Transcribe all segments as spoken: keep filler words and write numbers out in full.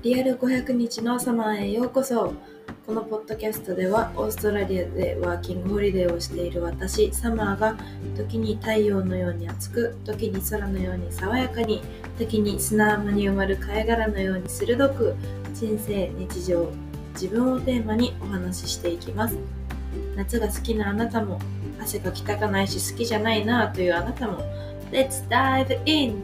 リアルごひゃくにちのサマーへようこそ。このポッドキャストではオーストラリアでワーキングホリデーをしている私サマーが時に太陽のように熱く、時に空のように爽やかに、時に砂浜に埋まる貝殻のように鋭く、人生、日常、自分をテーマにお話ししていきます。夏が好きなあなたも、汗がきたかないし好きじゃないなというあなたも、 Let's dive in!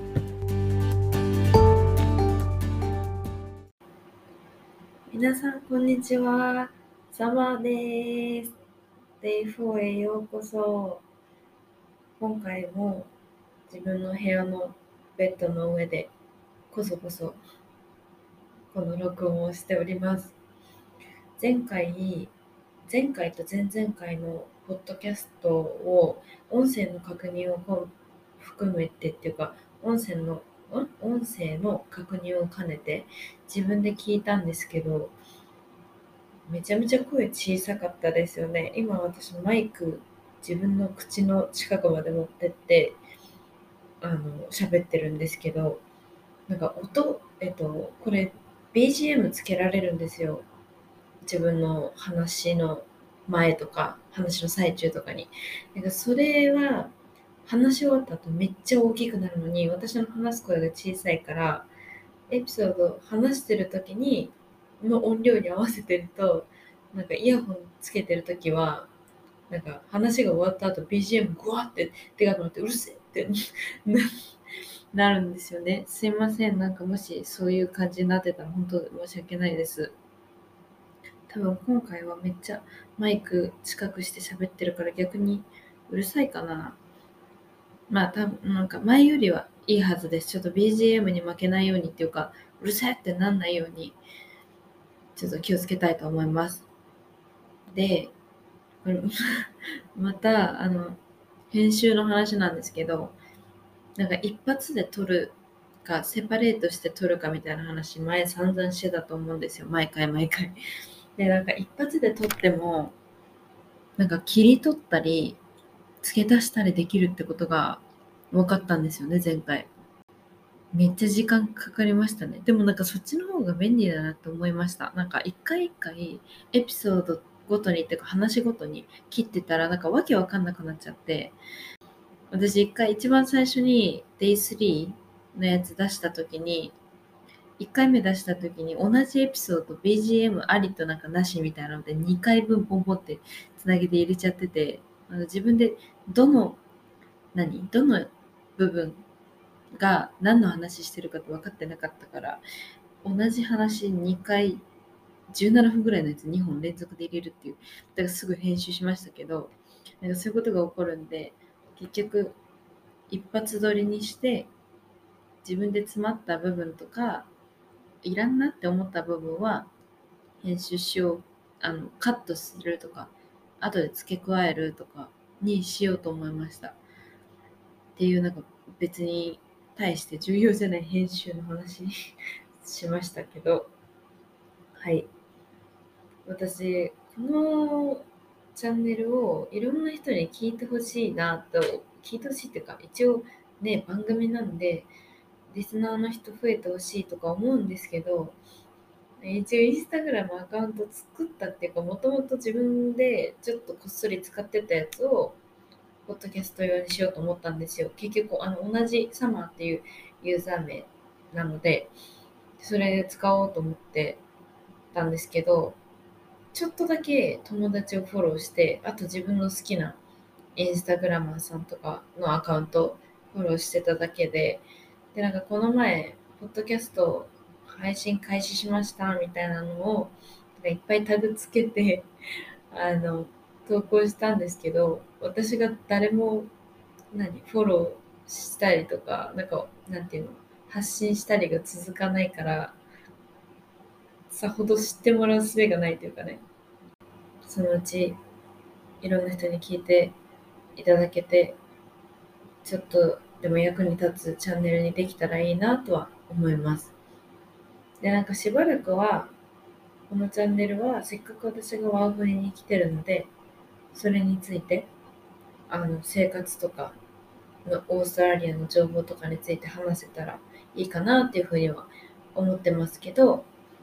皆さんこんにちは、サマーです。デイフォーへようこそ。今回も自分の部屋のベッドの上でこそこそこの録音をしております。前回前回と前々回のポッドキャストを音声の確認を含めてっていうか音声の音声の確認を兼ねて自分で聞いたんですけど、めちゃめちゃ声小さかったですよね。今私マイク自分の口の近くまで持ってってあの喋ってるんですけど、なんか音えっとこれ ビージーエム つけられるんですよ。自分の話の前とか話の最中とかに。なんかそれは話し終わった後めっちゃ大きくなるのに、私の話す声が小さいからエピソード話してる時にの音量に合わせてると、なんかイヤホンつけてる時はなんか話が終わった後 ビージーエム グワってでかくなってうるせえってなるんですよね。すいません、なんかもしそういう感じになってたら本当申し訳ないです。多分今回はめっちゃマイク近くして喋ってるから逆にうるさいかな。まあ多分なんか前よりはいいはずです。ちょっと ビージーエム に負けないようにっていうか、うるさいってなんないようにちょっと気をつけたいと思います。で、これまたあの編集の話なんですけど、なんか一発で撮るかセパレートして撮るかみたいな話前散々してたと思うんですよ。毎回毎回。で、なんか一発で撮ってもなんか切り取ったり付け足したりできるってことが分かったんですよね、前回。めっちゃ時間かかりましたね。でもなんかそっちの方が便利だなって思いました。なんか一回一回エピソードごとにっていうか話ごとに切ってたらなんかわけわかんなくなっちゃって、私一回一番最初に デイスリー のやつ出した時にいっかいめ出した時に同じエピソード ビージーエム ありとなんかなしみたいなのでにかいぶんポンポンってつなげて入れちゃってて、あの自分でどの何どの部分が何の話してるかって分かってなかったから、同じ話にかいじゅうななふんぐらいのやつにほん連続で入れるっていう、だからすぐ編集しましたけど、なんかそういうことが起こるんで、結局一発撮りにして自分で詰まった部分とかいらんなって思った部分は編集しよう、あのカットするとか後で付け加えるとかにしようと思いました。っていう、なんか別に対して重要じゃない編集の話しましたけど、はい、私このチャンネルをいろんな人に聞いてほしいなと、聞いてほしいっていうか一応ね番組なんでリスナーの人増えてほしいとか思うんですけど、一応インスタグラムアカウント作ったっていうか、もともと自分でちょっとこっそり使ってたやつをポッドキャスト用にしようと思ったんですよ。結局あの同じサマーっていうユーザー名なのでそれで使おうと思ってたんですけど、ちょっとだけ友達をフォローして、あと自分の好きなインスタグラマーさんとかのアカウントフォローしてただけで、でなんかこの前ポッドキャスト配信開始しましたみたいなのをいっぱいタグつけてあの投稿したんですけど、私が誰も何フォローしたりとかなんかなんていうの発信したりが続かないから、さほど知ってもらう術がないというかね、そのうちいろんな人に聞いていただけてちょっとでも役に立つチャンネルにできたらいいなとは思います。でなんかしばらくはこのチャンネルはせっかく私がワーホリに来てるので、それについてあの生活とかのオーストラリアの情報とかについて話せたらいいかなっていうふうには思ってますけど、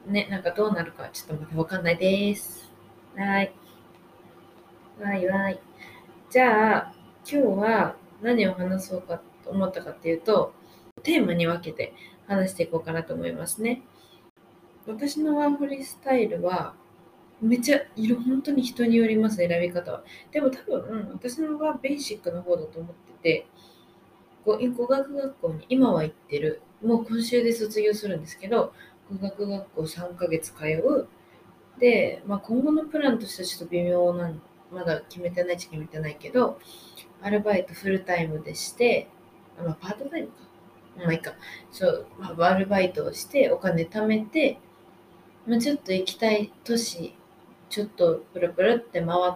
ね、なんかどうなるかちょっとまだわかんないです。はい。はいはい。じゃあ、今日は何を話そうかと思ったかっていうと、テーマに分けて話していこうかなと思いますね。私のワーホリスタイルは、めっちゃいろ、本当に人によります、選び方は。でも多分、うん、私のはベーシックな方だと思ってて、語語学学校に今は行ってる。もう今週で卒業するんですけど、語学学校さんかげつ通う。で、まあ、今後のプランとしてはちょっと微妙なん、まだ決めてないっちゃ決めてないけど、アルバイトフルタイムでして、あまあ、パートタイムか。まあいいか。そう、まあ、アルバイトをしてお金貯めて、まあ、ちょっと行きたい都市、ちょっとプルプルって回って、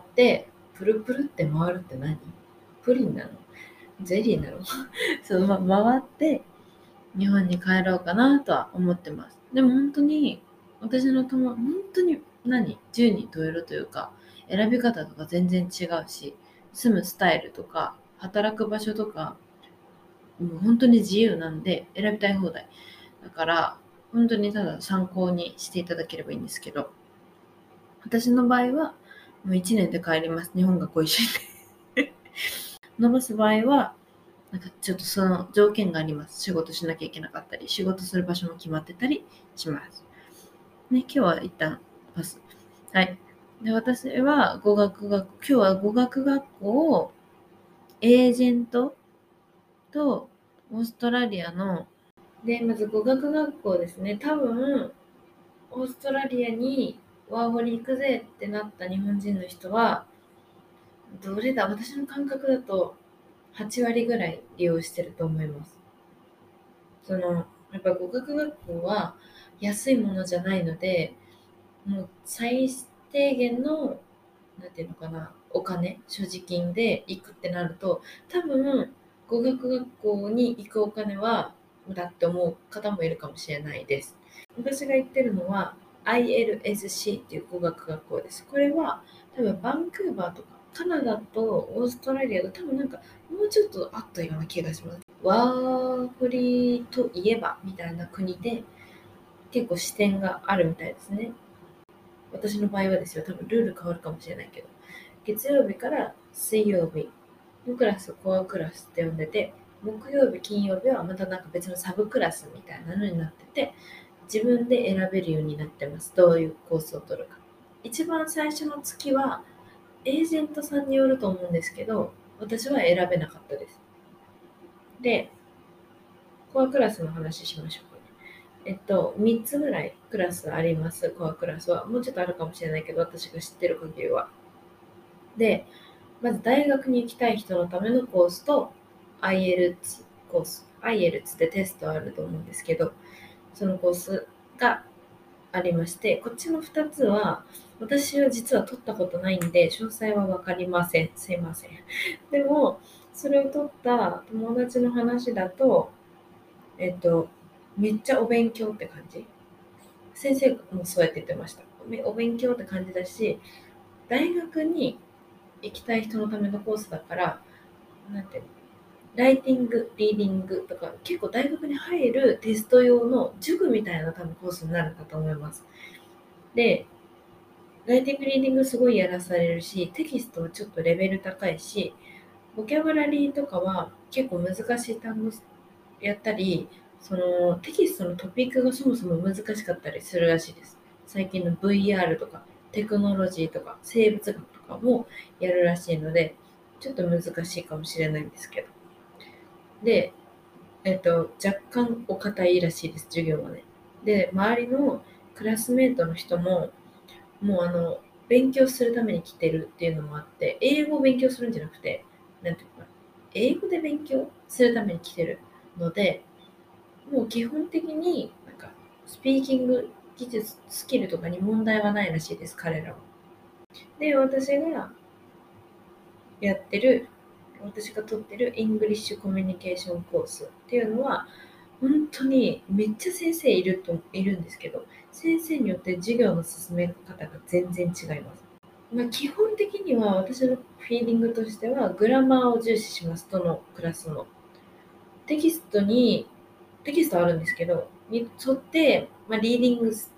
プルプルって回るって何？プリンなの？ゼリーなの？そう、まあ、回って日本に帰ろうかなとは思ってます。でも本当に、私の友達、本当に何十人十色というか、選び方とか全然違うし、住むスタイルとか、働く場所とか、もう本当に自由なんで選びたい放題。だから、本当にただ参考にしていただければいいんですけど、私の場合は、もういちねんで帰ります。日本が恋しいんで。伸ばす場合は、なんかちょっとその条件があります。仕事しなきゃいけなかったり、仕事する場所も決まってたりします。ね、今日は一旦パス。はい。で、私は語学学、今日は語学学校をエージェントとオーストラリアの、で、まず語学学校ですね。多分、オーストラリアにワーホリ行くぜってなった日本人の人は、どれだ、私の感覚だとはち割ぐらい利用してると思います。その、やっぱ語学学校は安いものじゃないので、もう最低限の、なんていうのかな、お金、所持金で行くってなると、多分、語学学校に行くお金は無駄って思う方もいるかもしれないです。私が言ってるのは アイエルエスシー っていう語学学校です。これは多分バンクーバーとかカナダとオーストラリアが多分なんかもうちょっとあったような気がします。ワーホリといえばみたいな国で結構視点があるみたいですね。私の場合はですよ、多分ルール変わるかもしれないけど、月曜日から水曜日のクラスをコアクラスって呼んでて、木曜日、金曜日はまたなんか別のサブクラスみたいなのになってて、自分で選べるようになってます。どういうコースを取るか。一番最初の月はエージェントさんによると思うんですけど、私は選べなかったです。で、コアクラスの話しましょうかね。えっと、みっつぐらいクラスあります、コアクラスは。もうちょっとあるかもしれないけど、私が知ってる限りは。で、まず大学に行きたい人のためのコースと アイエルツ コース。アイエルツ ってテストあると思うんですけど、そのコースがありまして、こっちのふたつは私は実は取ったことないんで、詳細はわかりません。すいません。でも、それを取った友達の話だと、えっと、めっちゃお勉強って感じ。先生もそうやって言ってました。お勉強って感じだし、大学に行きたい人のためのコースだから、なんていうの、ライティング、リーディングとか、結構大学に入るテスト用の塾みたいな多分コースになるかと思います。で、ライティング、リーディングすごいやらされるし、テキストはちょっとレベル高いし、ボキャブラリーとかは結構難しい単語やったり、そのテキストのトピックがそもそも難しかったりするらしいです。最近の ブイアール とかテクノロジーとか生物学とかもやるらしいので、ちょっと難しいかもしれないんですけど。で、えっと、若干お堅いらしいです、授業はね。で、周りのクラスメートの人も、もうあの、勉強するために来てるっていうのもあって、英語を勉強するんじゃなくて、なんていうかな、英語で勉強するために来てるので、もう基本的になんかスピーキング技術、スキルとかに問題はないらしいです、彼らは。で、私がやってる、私が取ってるイングリッシュコミュニケーションコースっていうのは、本当にめっちゃ先生いるといるんですけど、先生によって授業の進め方が全然違います。まあ、基本的には私のフィーリングとしてはグラマーを重視します。どのクラスのテキストにテキストあるんですけどに沿って、まあ、リーディング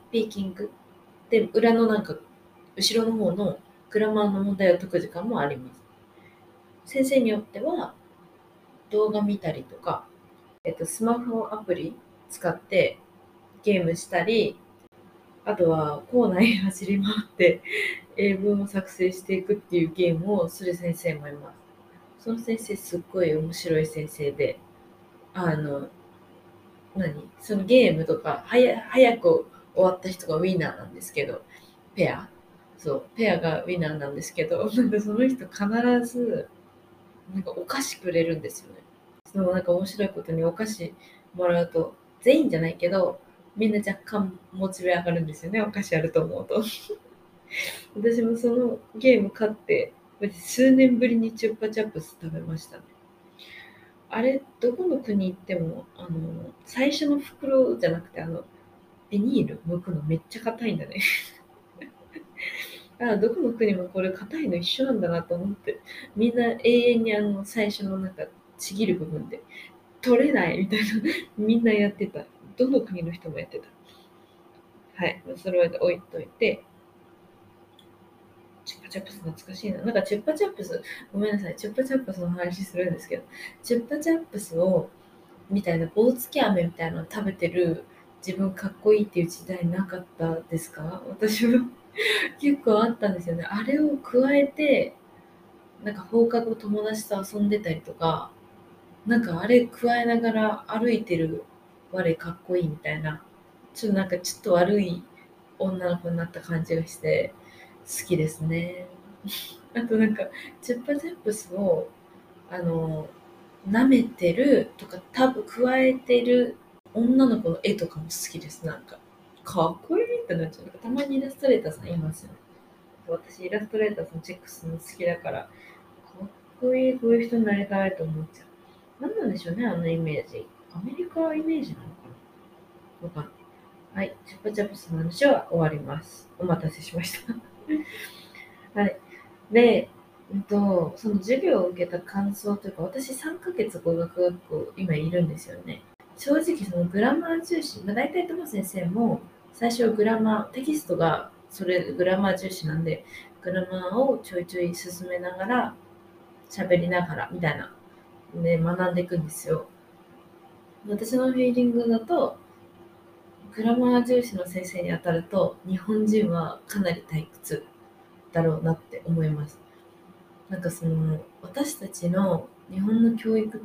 ピーキングで、裏のなんか後ろの方のグラマーの問題を解く時間もあります。先生によっては動画見たりとか、えっと、スマホアプリ使ってゲームしたり、あとは校内走り回って英文を作成していくっていうゲームをする先生もいます。その先生すっごい面白い先生で、あの、何そのゲームとか、はや早く終わった人がウィナーなんですけど、ペアそう、ペアがウィナーなんですけど、なんかその人必ず、なんかお菓子くれるんですよね。そのなんか面白いことにお菓子もらうと、全員じゃないけど、みんな若干モチベ上がるんですよね、お菓子あると思うと。私もそのゲーム買って、数年ぶりにチュッパチャップス食べましたね。あれ、どこの国行っても、あの、最初の袋じゃなくて、あの、ビニール剥くのめっちゃ硬いんだね。あ、どこの国もこれ硬いの一緒なんだなと思って、みんな永遠にあの、最初のなんか、ちぎる部分で、取れないみたいな、みんなやってた。どの国の人もやってた。はい。それは置いといて、チュッパチャップス懐かしいな。なんかチュッパチャップス、ごめんなさい、チュッパチャップスの話するんですけど、チュッパチャップスを、みたいな、棒付き飴みたいなのを食べてる自分かっこいいっていう時代なかったですか？私は結構あったんですよね。あれを加えて、なんか放課後友達と遊んでたりとか、なんかあれ加えながら歩いてる我かっこいいみたいな、ちょっとなんかちょっと悪い女の子になった感じがして好きですね。あとなんかチュッパチャップスをあの舐めてるとか多分加えてる女の子の絵とかも好きです。なんかかっこいいってなっちゃう。なんかたまにイラストレーターさんいますよね。私イラストレーターさんチェックするの好きだから、かっこいいこういう人になりたいと思っちゃう。何なんでしょうね、あのイメージ。アメリカイメージなのかな、わかんない。はい、チャッパチャップスの話は終わります。お待たせしました。はい。で、うんと、その授業を受けた感想というか、私さんかげつ語学学校今いるんですよね。正直そのグラマー重視、まあ、大体トマ先生も最初グラマー、テキストがそれグラマー重視なんで、グラマーをちょいちょい進めながら、喋りながらみたいな、で学んでいくんですよ。私のフィーリングだと、グラマー重視の先生に当たると、日本人はかなり退屈だろうなって思います。なんかその、私たちの日本の教育って、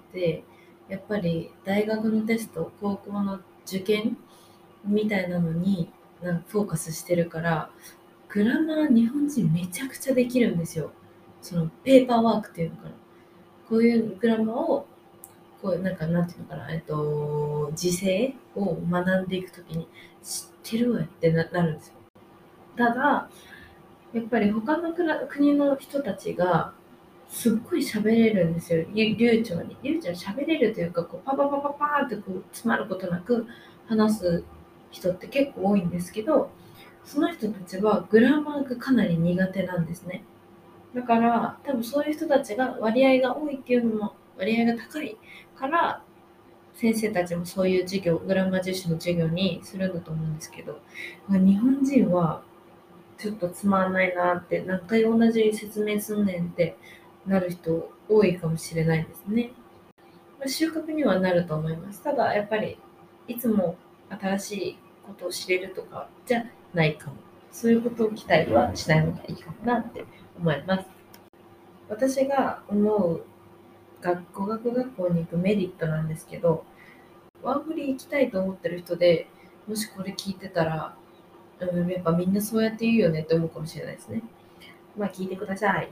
やっぱり大学のテスト、高校の受験みたいなのになんかフォーカスしてるから、グラマー日本人めちゃくちゃできるんですよ。そのペーパーワークっていうのかな。こういうグラマーをこうなんかなんていうのかな、えっと時制を学んでいくときに知ってるわってななるんですよ。ただやっぱり他の国の人たちがすっごい喋れるんですよ。流流暢に流暢に喋れるというか、こうパパパパパーってこう詰まることなく話す人って結構多いんですけど、その人たちはグラマーがかなり苦手なんですね。だから多分そういう人たちが割合が多いっていうのも割合が高いから先生たちもそういう授業、グラマー重視の授業にするんだと思うんですけど、日本人はちょっとつまんないなって、何回同じ説明すんねんってなる人多いかもしれないですね。まあ、収穫にはなると思います。ただ、やっぱり、いつも新しいことを知れるとかじゃないかも。そういうことを期待はしない方がいいかもなって思います。私が思う学語学学校に行くメリットなんですけど、ワーホリ行きたいと思ってる人で、もしこれ聞いてたら、うん、やっぱみんなそうやって言うよねって思うかもしれないですね。まあ聞いてください。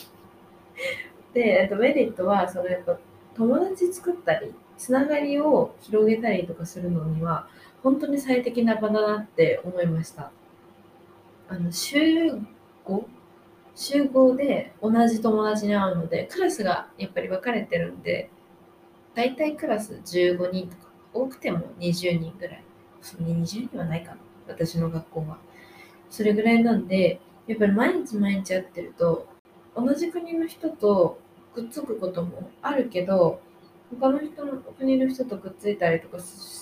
で、えっと、メリットは、そのやっぱ友達作ったり、つながりを広げたりとかするのには、本当に最適な場だなって思いました。あの、週ご集合で同じ友達に会うので、クラスがやっぱり分かれてるんで、だいたいクラスじゅうごにんとか、多くてもにじゅうにんぐらい。そんなにじゅうにんはないかな、私の学校は。それぐらいなんで、やっぱり毎日毎日会ってると、同じ国の人とくっつくこともあるけど、他の人の国の人とくっついたりとか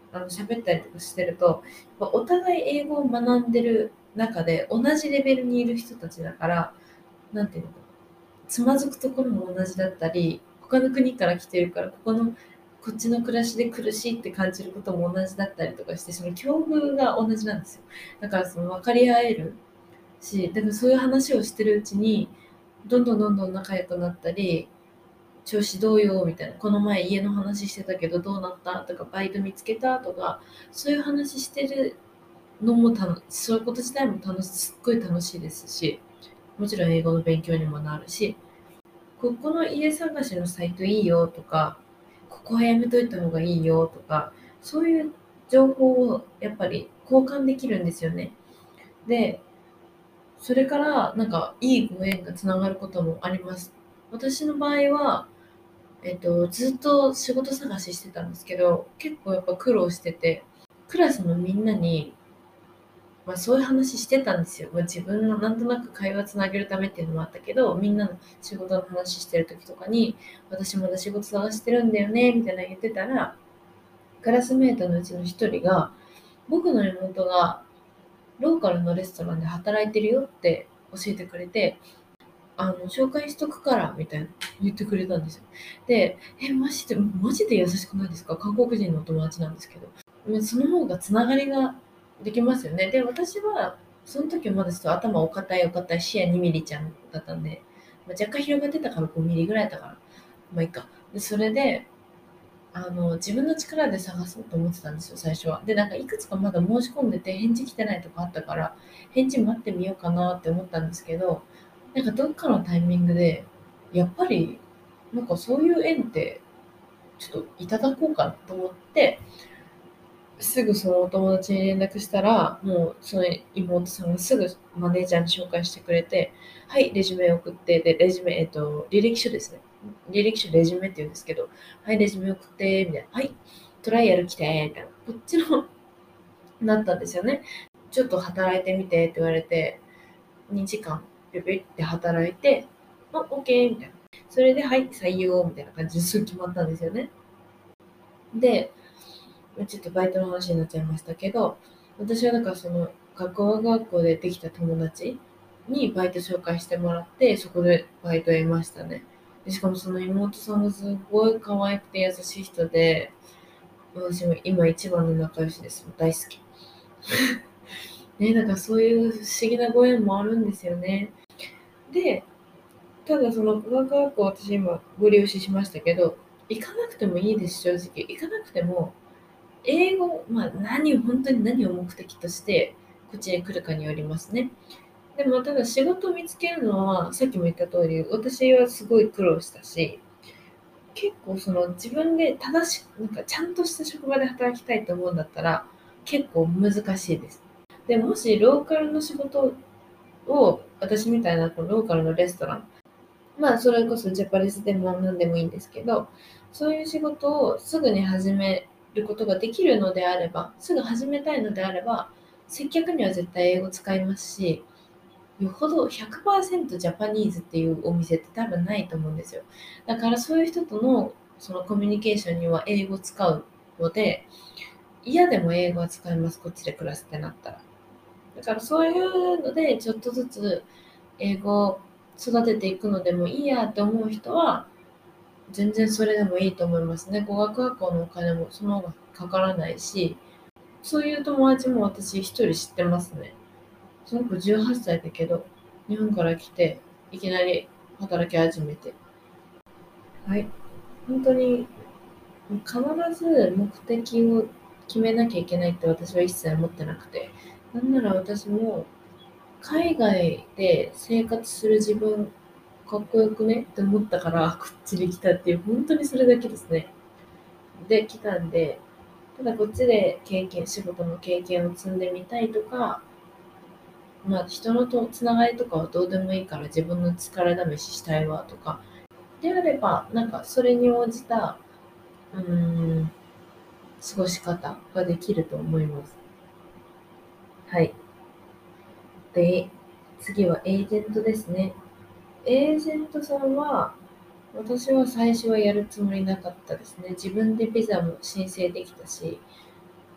あの喋ったりとかしてると、やっぱお互い英語を学んでる中で同じレベルにいる人たちだから、なんていうのかな、つまずくところも同じだったり、他の国から来てるからここのこっちの暮らしで苦しいって感じることも同じだったりとかして、その境遇が同じなんですよ。だからその分かり合えるし、だからそういう話をしてるうちにどんどんどんどん仲良くなったり、調子どうよみたいな、この前家の話してたけどどうなったとか、バイト見つけたとか、そういう話してるのも楽そういうこと自体も楽しすっごい楽しいですし、もちろん英語の勉強にもなるし、ここの家探しのサイトいいよとか、ここはやめといた方がいいよとか、そういう情報をやっぱり交換できるんですよね。で、それからなんかいいご縁がつながることもあります。私の場合は、えっと、ずっと仕事探ししてたんですけど、結構やっぱ苦労してて、クラスのみんなに、まあ、そういう話してたんですよ。まあ、自分のなんとなく会話つなげるためっていうのもあったけど、みんなの仕事の話してる時とかに、私まだ仕事探してるんだよね、みたいな言ってたら、クラスメートのうちの一人が、僕の妹がローカルのレストランで働いてるよって教えてくれて、あの、紹介しとくから、みたいな言ってくれたんですよ。で、え、マジで、マジで優しくないですか？韓国人のお友達なんですけど。まあその方がつながりができますよね。で、私は、その時はまだちょっと頭お堅いお堅い視野にミリちゃんだったんで、まあ、若干広がってたからごミリぐらいだったから、まあいいか。で、それで、あの、自分の力で探そうと思ってたんですよ、最初は。で、なんかいくつかまだ申し込んでて返事来てないとかあったから、返事待ってみようかなって思ったんですけど、なんかどっかのタイミングで、やっぱり、なんかそういう縁って、ちょっといただこうかなと思って、すぐそのお友達に連絡したら、もうその妹さんがすぐマネージャーに紹介してくれて、はい、レジュメ送って、で、レジュメ、えっと、履歴書ですね。履歴書レジュメって言うんですけど、はい、レジュメ送って、みたいな。はい、トライアル来て、みたいな。こっちの、なったんですよね。ちょっと働いてみてって言われて、にじかん、ピュピュって働いて、あ、オッケーみたいな。それで、はい、採用みたいな感じですぐ決まったんですよね。で、ちょっとバイトの話になっちゃいましたけど、私はだからその学校学校でできた友達にバイト紹介してもらって、そこでバイトを得ましたね。でしかもその妹さんがすごい可愛くて優しい人で、私も今一番の仲良しです。大好き。ね、だからそういう不思議なご縁もあるんですよね。で、ただその語学学校私今ご利用ししましたけど、行かなくてもいいです、正直。行かなくても英語、まあ、何を、本当に何を目的として、こっちに来るかによりますね。でも、ただ仕事を見つけるのは、さっきも言った通り、私はすごい苦労したし、結構その自分で正しく、なんかちゃんとした職場で働きたいと思うんだったら、結構難しいです。でもしローカルの仕事を、私みたいなこのローカルのレストラン、まあ、それこそジャパレスでも何でもいいんですけど、そういう仕事をすぐに始めることができるのであれば、すぐ始めたいのであれば、接客には絶対英語使いますし、よほどひゃくパーセントジャパニーズっていうお店って多分ないと思うんですよ。だからそういう人とのそのコミュニケーションには英語を使うので、嫌でも英語は使います、こっちで暮らすってなったら。だからそういうので、ちょっとずつ英語を育てていくのでもいいやって思う人は、全然それでもいいと思いますね。語学学校のお金もその方がかからないし、そういう友達も私一人知ってますね。その子じゅうはっさいだけど、日本から来て、いきなり働き始めて。はい。本当に、必ず目的を決めなきゃいけないって私は一切思ってなくて。なんなら私も、海外で生活する自分、かっこよくねって思ったから、こっちに来たっていう、本当にそれだけですね。で、来たんで、ただこっちで経験、仕事の経験を積んでみたいとか、まあ人のとつながりとかはどうでもいいから自分の力試ししたいわとか、であれば、なんかそれに応じた、うーん、過ごし方ができると思います。はい。で、次はエージェントですね。エージェントさんは、私は最初はやるつもりなかったですね。自分でビザも申請できたし、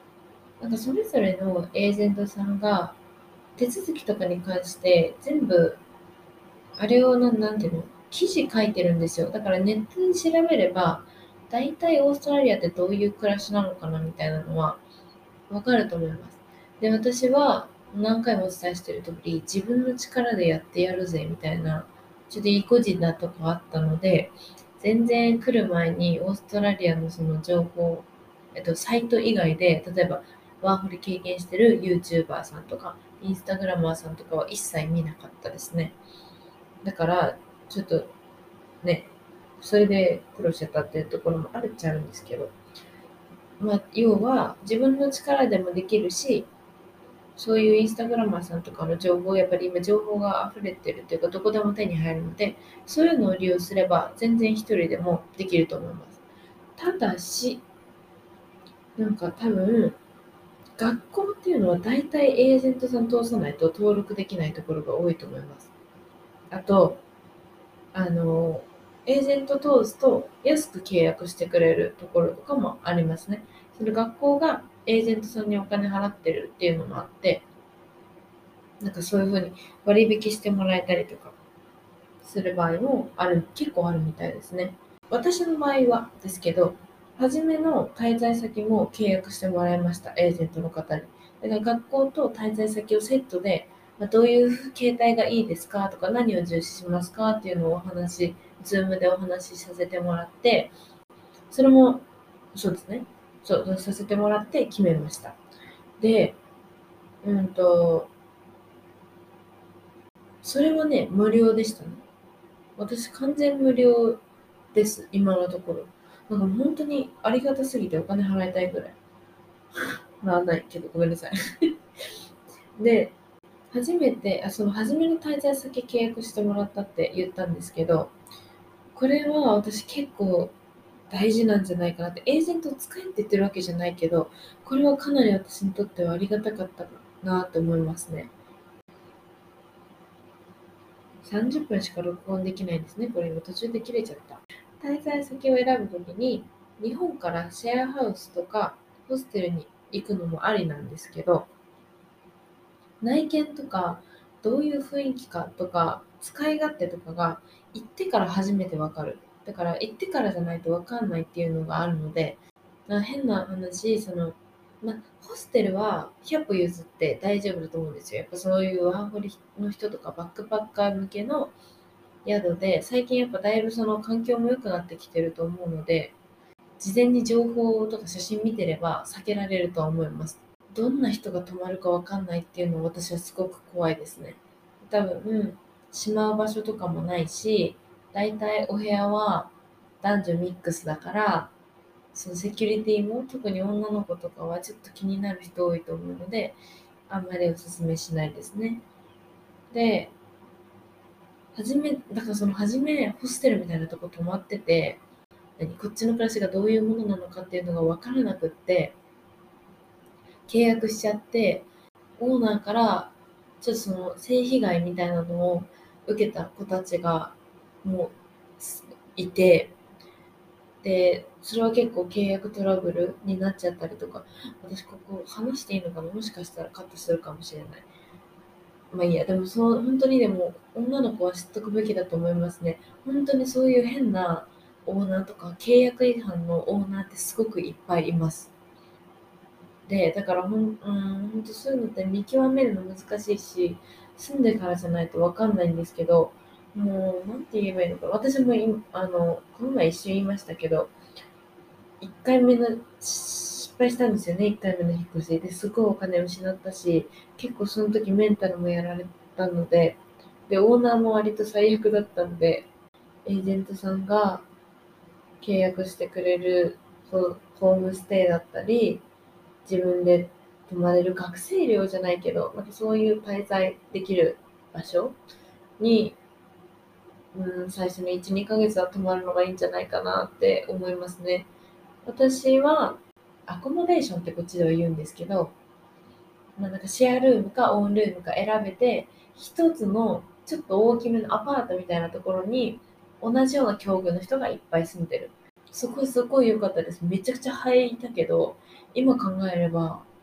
なんかそれぞれのエージェントさんが手続きとかに関して全部あれをなんなんていうの記事書いてるんですよ。だからネットで調べれば大体オーストラリアってどういう暮らしなのかなみたいなのはわかると思います。で、私は何回もお伝えしている通り、自分の力でやってやるぜみたいな、ちょっと意固地なとこあったので、全然来る前にオーストラリアのその情報、えっと、サイト以外で、例えばワーホリ経験してる YouTuber さんとか、インスタグラマーさんとかは一切見なかったですね。だから、ちょっとね、それで苦労しちゃったっていうところもあるっちゃあるんですけど、まあ、要は自分の力でもできるし、そういうインスタグラマーさんとかの情報、やっぱり今情報が溢れてるっていうか、どこでも手に入るので、そういうのを利用すれば、全然一人でもできると思います。ただし、なんか多分、学校っていうのは大体エージェントさん通さないと登録できないところが多いと思います。あと、あの、エージェント通すと安く契約してくれるところとかもありますね。その学校がエージェントさんにお金払ってるっていうのもあって、なんかそういうふうに割引してもらえたりとかする場合もある、結構あるみたいですね。私の場合はですけど、初めの滞在先も契約してもらいました、エージェントの方に。だから学校と滞在先をセットで、まあ、どういう形態がいいですかとか、何を重視しますかっていうのをお話、ズームでお話しさせてもらって、それも、そうですね、そうさせてもらって決めました。で、うんと、それはね、無料でしたね。私完全無料です、今のところ。なんか本当にありがたすぎてお金払いたいぐらい。払わないけど、ごめんなさい。で、初めて、あ、その初めの滞在先契約してもらったって言ったんですけど、これは私結構大事なんじゃないかなって、エージェントを使えって言ってるわけじゃないけど、これはかなり私にとってはありがたかったなと思いますね。さんじゅっぷんしか録音できないんですね。これ今途中で切れちゃった。滞在先を選ぶときに、日本からシェアハウスとかホステルに行くのもありなんですけど、内見とか、どういう雰囲気かとか、使い勝手とかが行ってから初めてわかる。だから行ってからじゃないとわかんないっていうのがあるので、あ変な話、その、ま、ホステルはひゃく歩譲って大丈夫だと思うんですよ。やっぱそういうワーホリの人とかバックパッカー向けの宿で、最近やっぱだいぶその環境も良くなってきてると思うので、事前に情報とか写真見てれば避けられるとは思います。どんな人が泊まるかわかんないっていうのは私はすごく怖いですね。多分、しまう場所とかもないし、だいたいお部屋は男女ミックスだから、そのセキュリティも特に女の子とかはちょっと気になる人多いと思うので、あんまりおすすめしないですね。で、はじめ、だからその初めホステルみたいなとこ泊まってて、何こっちの暮らしがどういうものなのかっていうのが分からなくって、契約しちゃって、オーナーからちょっとその性被害みたいなのを受けた子たちがもういて、で、それは結構契約トラブルになっちゃったりとか、私ここ話していいのかな、もしかしたらカットするかもしれない。まあいいや、でもそう、本当にでも女の子は知っとくべきだと思いますね。本当にそういう変なオーナーとか契約違反のオーナーってすごくいっぱいいます。で、だからほん、うん、ほんとそういうのって見極めるの難しいし、住んでからじゃないとわかんないんですけど、もう、なんて言えばいいのか。私もい、あの、この前一瞬言いましたけど、いっかいめの失敗したんですよね、いっかいめの引っ越し。ですごいお金を失ったし、結構その時メンタルもやられたので、で、オーナーも割と最悪だったんで、エージェントさんが契約してくれるホホームステイだったり、自分で泊まれる学生寮じゃないけど、なんかそういう滞在できる場所に、うん、最初のいち、にかげつは泊まるのがいいんじゃないかなって思いますね。私は、アコモデーションってこっちでは言うんですけど、まあ、なんかシェアルームかオンルームか選べて、一つのちょっと大きめのアパートみたいなところに、同じような境遇の人がいっぱい住んでる。そこすごい良かったです。めちゃくちゃ入ったけど、今考えれば、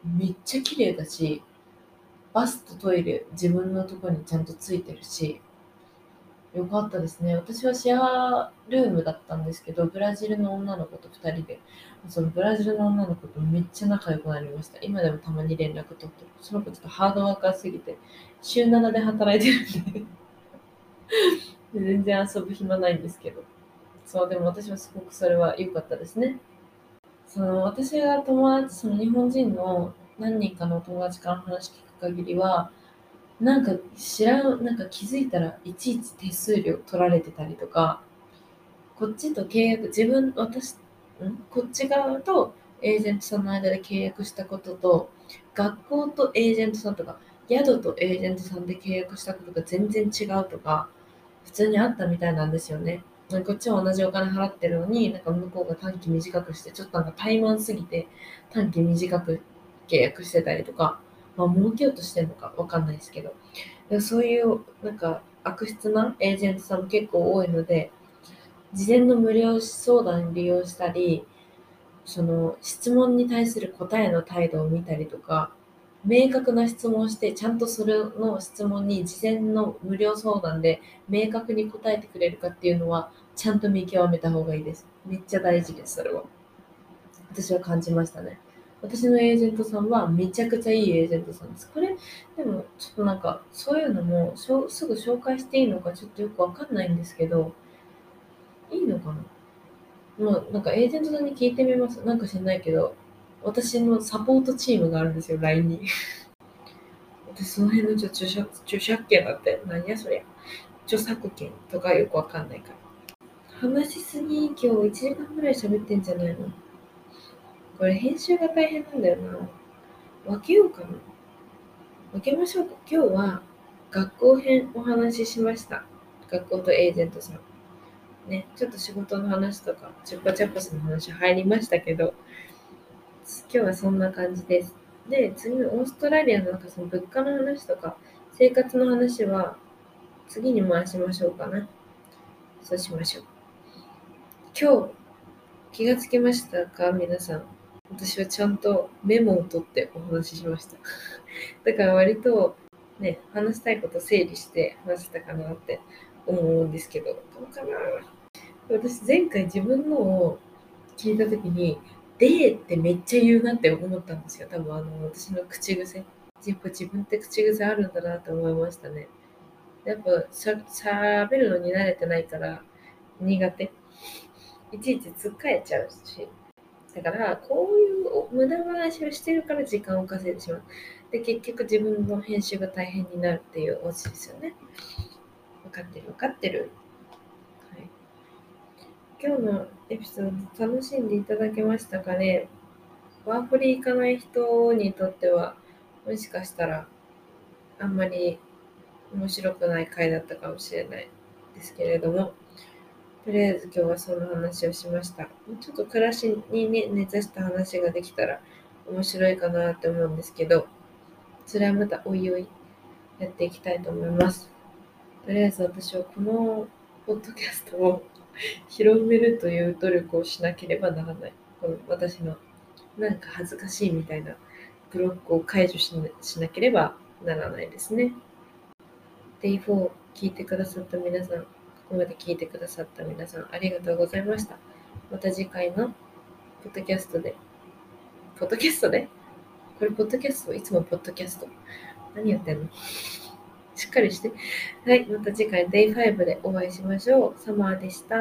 めっちゃ綺麗だし、バスとトイレ自分のところにちゃんとついてるし、よかったですね。私はシェアルームだったんですけど、ブラジルの女の子とふたりで、そのブラジルの女の子とめっちゃ仲良くなりました。今でもたまに連絡取ってる。その子ちょっとハードワーカーすぎて、週ななで働いてるんで全然遊ぶ暇ないんですけど。そう、でも私はすごくそれは良かったですね。その私が友達、その日本人の何人かの友達から話聞く限りは、なんか知らん、なんか気づいたらいちいち手数料取られてたりとか、こっちと契約、自分、私、んこっち側とエージェントさんの間で契約したことと、学校とエージェントさんとか、宿とエージェントさんで契約したことが全然違うとか、普通にあったみたいなんですよね。こっちは同じお金払ってるのに、なんか向こうが短期短くして、ちょっとなんか怠慢すぎて短期短く契約してたりとか、まあ儲けようとしてるのかわかんないですけど、でそういうなんか悪質なエージェントさんも結構多いので、事前の無料相談利用したり、その質問に対する答えの態度を見たりとか、明確な質問をして、ちゃんとそれの質問に事前の無料相談で明確に答えてくれるかっていうのは、ちゃんと見極めた方がいいです。めっちゃ大事です、それは。私は感じましたね。私のエージェントさんはめちゃくちゃいいエージェントさんです。これ、でもちょっとなんか、そういうのもしょすぐ紹介していいのかちょっとよくわかんないんですけど、いいのかな。まあ、なんかエージェントさんに聞いてみます。なんか知んないけど、私のサポートチームがあるんですよ、ライン に。私、その辺の著著作著作権だって、何やそりゃ。著作権とかよくわかんないから。話しすぎ、今日いちじかんぐらい喋ってんじゃないの。これ編集が大変なんだよな。分けようかな。分けましょうか。今日は学校編お話ししました。学校とエージェントさん。ね、ちょっと仕事の話とか、チュッパチャッパスの話入りましたけど、今日はそんな感じです。で、次のオーストラリアのなんかその物価の話とか、生活の話は次に回しましょうかな。そうしましょう。今日、気がつきましたか皆さん。私はちゃんとメモを取ってお話ししました。だから割とね、話したいこと整理して話したかなって思うんですけど、どうかな。私前回自分のを聞いたときに、でーってめっちゃ言うなって思ったんですよ。多分あの、私の口癖。やっぱ自分って口癖あるんだなと思いましたね。やっぱしゃ、しゃべるのに慣れてないから苦手。いちいちつっかえちゃうし。だから、こういう無駄話をしてるから時間を稼いでしまう。で、結局自分の編集が大変になるっていうオチですよね。分かってる、分かってる。はい、今日のエピソード楽しんでいただけましたかね。ワーホリ行かない人にとっては、もしかしたらあんまり面白くない回だったかもしれないですけれども、とりあえず今日はその話をしました。ちょっと暮らしにね、根ざした話ができたら面白いかなって思うんですけど、それはまたおいおいやっていきたいと思います。とりあえず私はこのポッドキャストを広めるという努力をしなければならない。この私のなんか恥ずかしいみたいなブロックを解除しなしなければならないですね。デイフォー 聞いてくださった皆さん、ここまで聞いてくださった皆さん、ありがとうございました。また次回のポッドキャストで、ポッドキャストでこれポッドキャストいつもポッドキャスト。何やってんのしっかりして。はい、また次回 デイファイブ でお会いしましょう。サマーでした。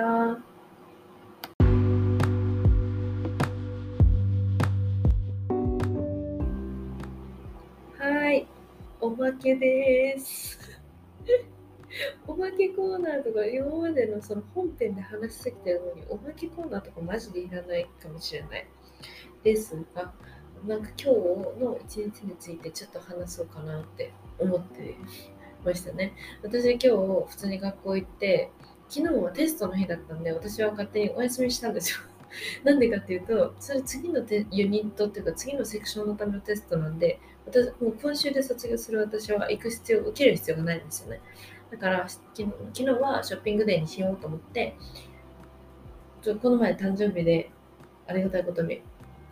はい、おまけです。おまけコーナーとか今までのその本編で話しすぎてるのにおまけコーナーとかマジでいらないかもしれないですが、なんか今日の一日についてちょっと話そうかなって思ってましたね。私今日普通に学校行って、昨日はテストの日だったんで私は勝手にお休みしたんですよ。なんでかっていうと、それ次のテユニットっていうか次のセクションのためのテストなんで、私もう今週で卒業する私は行く必要、受ける必要がないんですよね。だから昨日昨日はショッピングデーにしようと思って、ちょこの前誕生日でありがたいことに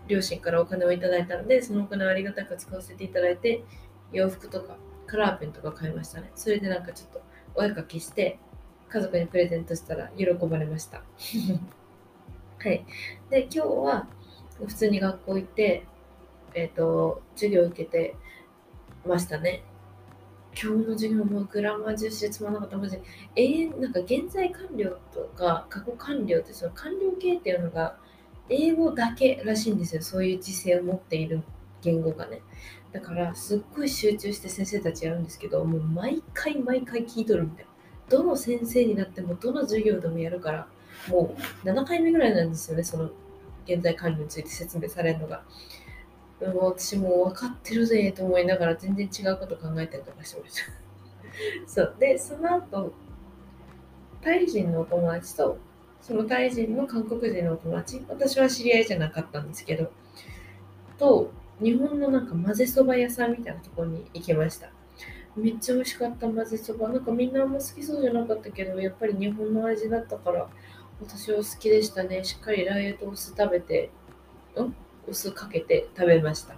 両親からお金をいただいたので、そのお金をありがたく使わせていただいて、洋服とかカラーペンとか買いましたね。それでなんかちょっとお絵かきして家族にプレゼントしたら喜ばれました。はい。で、今日は普通に学校行って、えっ、と、授業を受けてましたね。今日の授業もグラマー重視でつまらなかった。マジで永遠、なんか現在完了とか過去完了って、その完了形っていうのが英語だけらしいんですよ。そういう時制を持っている言語がね。だからすっごい集中して先生たちやるんですけど、もう毎回毎回聞いとるみたいな。どの先生になってもどの授業でもやるから、もうななかいめぐらいなんですよね、その現在完了について説明されるのが。もう私も分かってるぜと思いながら全然違うこと考えたりとかしてました。そうで、その後タイ人のお友達と、そのタイ人の韓国人のお友達、私は知り合いじゃなかったんですけど、と日本のなんか混ぜそば屋さんみたいなところに行きました。めっちゃ美味しかった混ぜそば。なんかみんなあんま好きそうじゃなかったけど、やっぱり日本の味だったから私は好きでしたね。しっかりラー油とお酢食べて、んお酢かけて食べました。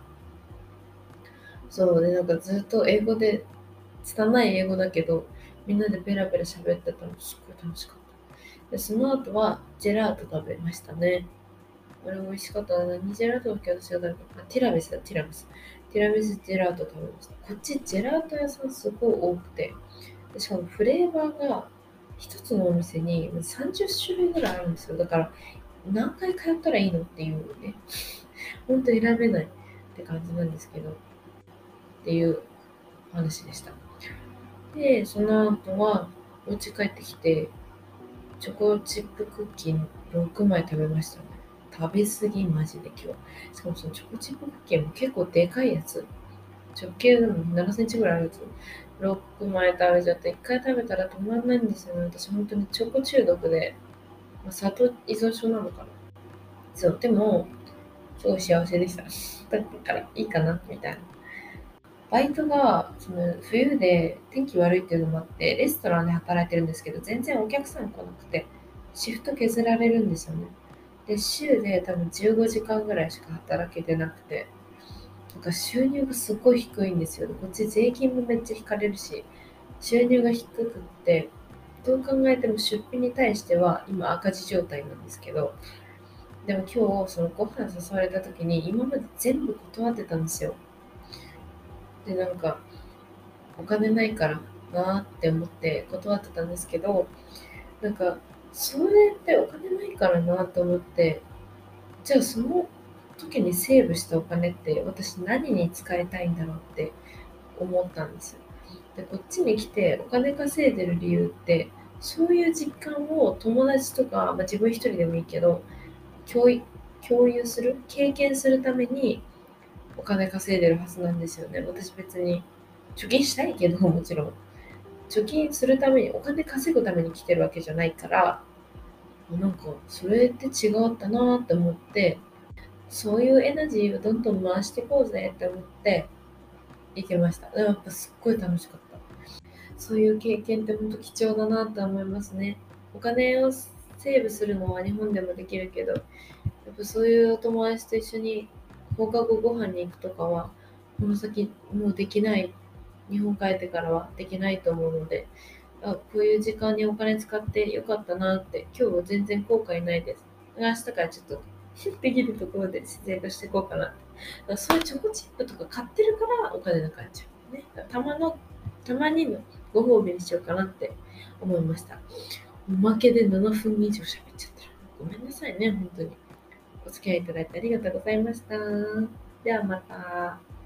そうで、なんかずっと英語で、拙い英語だけど、みんなでベラベラ喋ってたのすっごい楽しかった。で、その後はジェラート食べましたね。あれ美味しかったな。何ジェラートだっけ、私が食べた。あ、ティラミスだ、ティラミス。ティラミスジェラート食べました。こっちジェラート屋さんすごい多くて、でしかもフレーバーが一つのお店にさんじゅっしゅるいぐらいあるんですよ。だから何回通ったらいいのっていうね、ほんと選べないって感じなんですけど、っていう話でした。で、その後はお家帰ってきて、チョコチップクッキーろくまい食べましたね。食べ過ぎ、マジで今日。しかもそのチョコチップクッキーも結構でかいやつ。直径でもななセンチぐらいあるやつ。ろくまい食べちゃって、いっかい食べたら止まんないんですよね。私本当にチョコ中毒で、まあ、砂糖依存症なのかな。そう、でも、すごい幸せでした。だからいいかな、みたいな。バイトがその冬で天気悪いっていうのもあって、レストランで働いてるんですけど、全然お客さん来なくて、シフト削られるんですよね。で、週で多分じゅうごじかんぐらいしか働けてなくて、なんか収入がすごい低いんですよ。こっち税金もめっちゃ引かれるし、収入が低くって、どう考えても出費に対しては今赤字状態なんですけど、でも今日そのご飯誘われた時に今まで全部断ってたんですよ。で、なんかお金ないからなーって思って断ってたんですけど、なんかそれってお金ないからなと思って、じゃあその時にセーブしたお金って私何に使いたいんだろうって思ったんですよ。で、こっちに来てお金稼いでる理由って、そういう実感を友達とか、まあ、自分一人でもいいけど共有共有する経験するためにお金稼いでるはずなんですよね。私別に貯金したいけど、もちろん貯金するために、お金稼ぐために来てるわけじゃないから、なんかそれって違ったなって思って、そういうエナジーをどんどん回していこうぜって思って行きました。でもやっぱすっごい楽しかった。そういう経験って本当貴重だなって思いますね。お金をセーブするのは日本でもできるけど、やっぱそういうお友達と一緒に放課後ご飯に行くとかは、この先もうできない、日本帰ってからはできないと思うので、あ、こういう時間にお金使ってよかったなって、今日は全然後悔ないです。明日からちょっとできるところで節約していこうかなって。だからそういうチョコチップとか買ってるからお金なくなっちゃう。ね。たまの、たまにのご褒美にしようかなって思いました。おまけでななふん以上喋っちゃったら。ごめんなさいね、本当に。お付き合いいただいてありがとうございました。ではまた。